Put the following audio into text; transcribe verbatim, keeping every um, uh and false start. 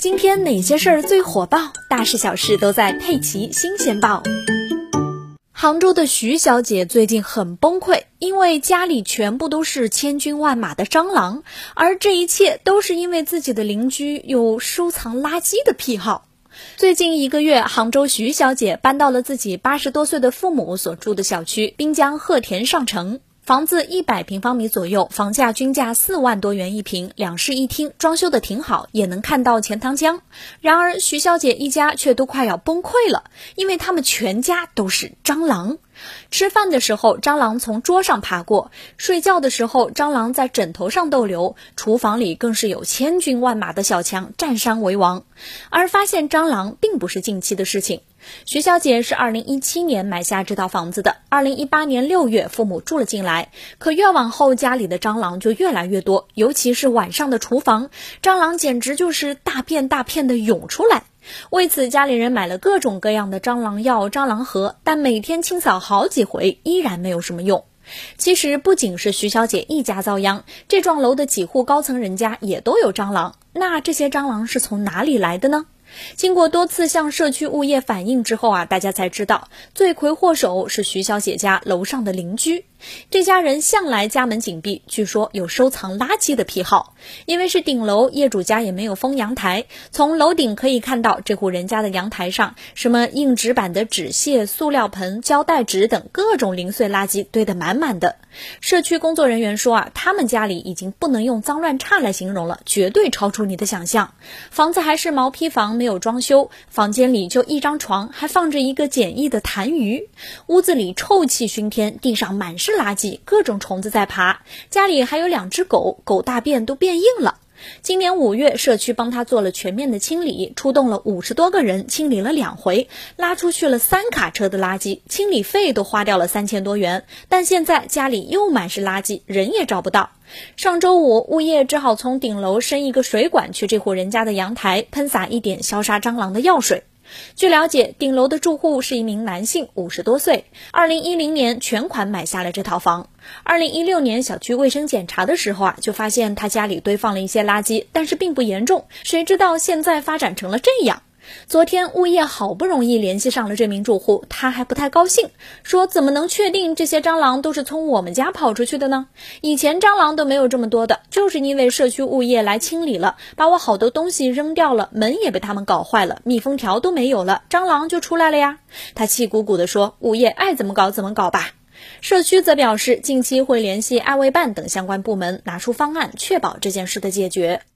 今天哪些事儿最火爆？大事小事都在佩奇新鲜报。杭州的徐小姐最近很崩溃，因为家里全部都是千军万马的蟑螂，而这一切都是因为自己的邻居有收藏垃圾的癖好。最近一个月，杭州徐小姐搬到了自己八十多岁的父母所住的小区滨江鹤田上城。房子一百平方米左右，房价均价四万多元一平，两室一厅，装修的挺好，也能看到钱塘江。然而徐小姐一家却都快要崩溃了，因为他们全家都是蟑螂。吃饭的时候蟑螂从桌上爬过，睡觉的时候蟑螂在枕头上逗留，厨房里更是有千军万马的小强占山为王。而发现蟑螂并不是近期的事情，徐小姐是二零一七年买下这套房子的，二零一八年六月父母住了进来，可越往后家里的蟑螂就越来越多，尤其是晚上的厨房，蟑螂简直就是大片大片的涌出来。为此家里人买了各种各样的蟑螂药、蟑螂盒，但每天清扫好几回依然没有什么用。其实不仅是徐小姐一家遭殃，这幢楼的几户高层人家也都有蟑螂，那这些蟑螂是从哪里来的呢？经过多次向社区物业反映之后啊，大家才知道罪魁祸首是徐小姐家楼上的邻居。这家人向来家门紧闭，据说有收藏垃圾的癖好。因为是顶楼，业主家也没有封阳台，从楼顶可以看到这户人家的阳台上什么硬纸板的纸屑、塑料盆、胶带纸等各种零碎垃圾堆得满满的。社区工作人员说啊，他们家里已经不能用脏乱差来形容了，绝对超出你的想象。房子还是毛坯房，没有装修，房间里就一张床，还放着一个简易的痰盂。屋子里臭气熏天，地上满是垃圾，各种虫子在爬，家里还有两只狗，狗大便都变硬了。今年五月，社区帮他做了全面的清理，出动了五十多个人，清理了两回，拉出去了三卡车的垃圾，清理费都花掉了三千多元。但现在家里又满是垃圾，人也找不到。上周五，物业只好从顶楼伸一个水管去这户人家的阳台，喷洒一点消杀蟑螂的药水。据了解，顶楼的住户是一名男性，五十多岁，二零一零年全款买下了这套房。二零一六年小区卫生检查的时候啊，就发现他家里堆放了一些垃圾，但是并不严重，谁知道现在发展成了这样。昨天物业好不容易联系上了这名住户，他还不太高兴，说怎么能确定这些蟑螂都是从我们家跑出去的呢？以前蟑螂都没有这么多的，就是因为社区物业来清理了，把我好多东西扔掉了，门也被他们搞坏了，密封条都没有了，蟑螂就出来了呀。他气鼓鼓地说，物业爱怎么搞怎么搞吧。社区则表示，近期会联系爱卫办等相关部门，拿出方案，确保这件事的解决。